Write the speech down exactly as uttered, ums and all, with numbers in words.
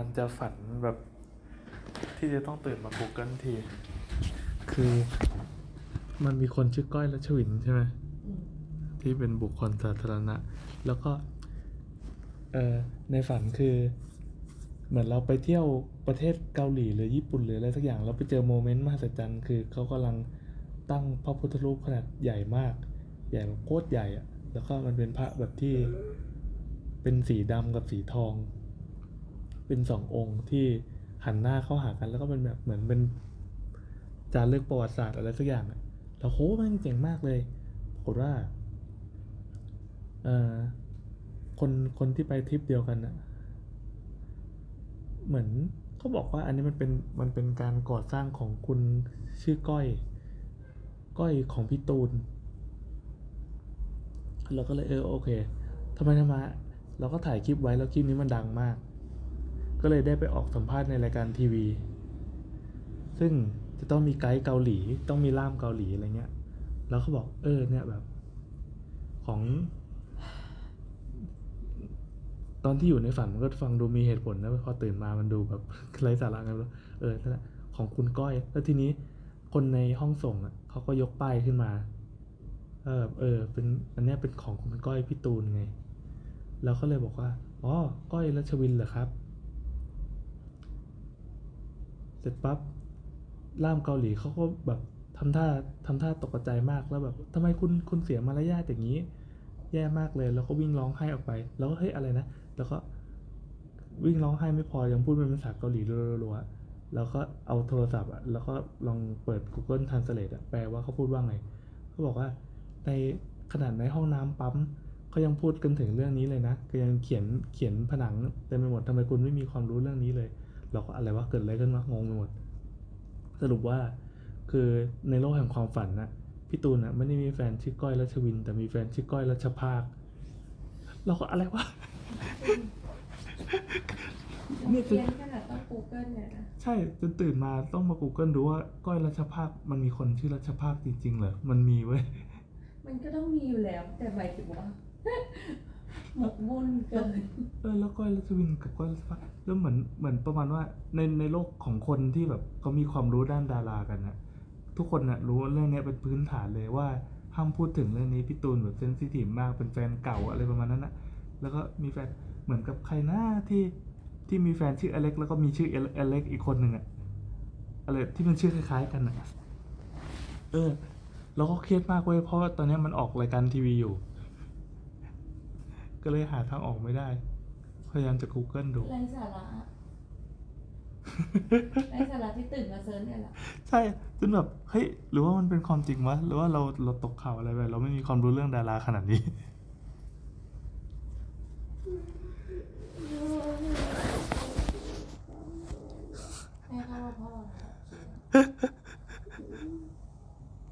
จะฝันแบบที่จะต้องตื่นมา Google ทีคือมันมีคนชื่อก้อยรัชวินใช่ไหมที่เป็นบุคคลสาธารณะแล้วก็เอ่อในฝันคือเหมือนเราไปเที่ยวประเทศเกาหลีหรือญี่ปุ่นหรืออะไรสักอย่างเราไปเจอโมเมนต์มหัศจรรย์คือเขากำลังตั้งพระพุทธรูปขนาดใหญ่มากใหญ่แบบโคตรใหญ่อะแล้วก็มันเป็นพระแบบที่เป็นสีดำกับสีทองเป็นสององค์ที่หันหน้าเข้าหากันแล้วก็เป็นแบบเหมือนเป็นจารึกประวัติศาสตร์อะไรสักอย่างอะแล้วโหมันเจ๋งมากเลยปรากฏว่าเอ่อคนคนที่ไปทริปเดียวกันอะเหมือนเขาบอกว่าอันนี้มันเป็นมันเป็นการก่อสร้างของคุณชื่อก้อยก้อยของพี่ตูนเราก็เลยเออโอเคทำไมทำไมเราก็ถ่ายคลิปไว้แล้วคลิปนี้มันดังมากก็เลยได้ไปออกสัมภาษณ์ในรายการทีวีซึ่งจะต้องมีไกด์เกาหลีต้องมีล่ามเกาหลีอะไรเงี้ยแล้วเขาบอกเออเนี่ยแบบของตอนที่อยู่ในฝันมันก็ฟังดูมีเหตุผลนะพอตื่นมามันดูแบบไร้สาระไงไม่รู้เออนั่นแหละของคุณก้อยแล้วทีนี้คนในห้องส่งอ่ะเขาก็ยกป้ายขึ้นมาเออเออเป็นอันนี้เป็นของคุณก้อยพี่ตูนไงเราก็เลยบอกว่าอ๋อก้อยรัชวินเหรอครับเสร็จปั๊บล่ามเกาหลีเขาก็แบบทำท่าทำท่าตกใจมากแล้วแบบทำไมคุณคุณเสียมารยาทอย่างนี้แย่มากเลยแล้วก็วิ่งร้องไห้ออกไปแล้วก็เฮ้ยอะไรนะแล้วก็วิ่งร้องไห้ไม่พอยังพูดเป็นภาษาเกาหลีรัวๆแล้วก็เอาโทรศัพท์อ่ะแล้วก็ลองเปิด Google Translate อ่ะแปลว่าเขาพูดว่าไงเขาบอกว่าในขนาดในห้องน้ำปั๊มเขายังพูดกันถึงเรื่องนี้เลยนะก็ยังเขียนเขียนผนังเต็มไปหมดทำไมคุณไม่มีความรู้เรื่องนี้เลยเราก็อะไรวะเกิดอะไรขึ้นวะงงไปหมดสรุปว่าคือในโลกแห่งความฝันนะพี่ตูนนะไม่ได้มีแฟนชื่อก้อยรัชวินแต่มีแฟนชื่อก้อยรัชภาคเราก็อะไรวะเนี่ยเรียนขนาดต้อง Google เนี่ยนะใช่จนตื่นมาต้องมา Google ดูว่าก้อยรัชภาคมันมีคนชื่อรัชภาคจริงๆเหรอมันมีเว้ยมันก็ต้องมีอยู่แล้วแต่หมายถึงว่าหมกมุ่นเกินเออแล้วก้อยรัชวินกับก้อยรัชภาคแล้วเหมือนเหมือนประมาณว่าในในโลกของคนที่แบบเขามีความรู้ด้านดารากันนะทุกคนนะรู้เรื่องนี้เป็นพื้นฐานเลยว่าห้ามพูดถึงเรื่องนี้พี่ตูนแบบเซนซิทีฟมากเป็นแฟนเก่าอะไรประมาณนั้นนะแล้วก็มีแฟนเหมือนกับใครหน้าที่ที่มีแฟนชื่ออเล็กแล้วก็มีชื่ออเล็กอีกคนหนึ่งอะอะไรที่มันชื่อคล้ายๆกันอะเออเราก็เครียดมากเว้ยเพราะว่าตอนนี้มันออกรายการทีวีอยู่ก็เลยหาทางออกไม่ได้พยายามจะ Google ดูไร้สาระไร้สาระที่ตื่นมาเซิร์ชเนี่ยแหละใช่จนแบบเฮ้ยหรือว่ามันเป็นความจริงวะหรือว่าเราเราตกข่าวอะไรไปเราไม่มีความรู้เรื่องดาราขนาดนี้แม่เข้าว่าพ่อ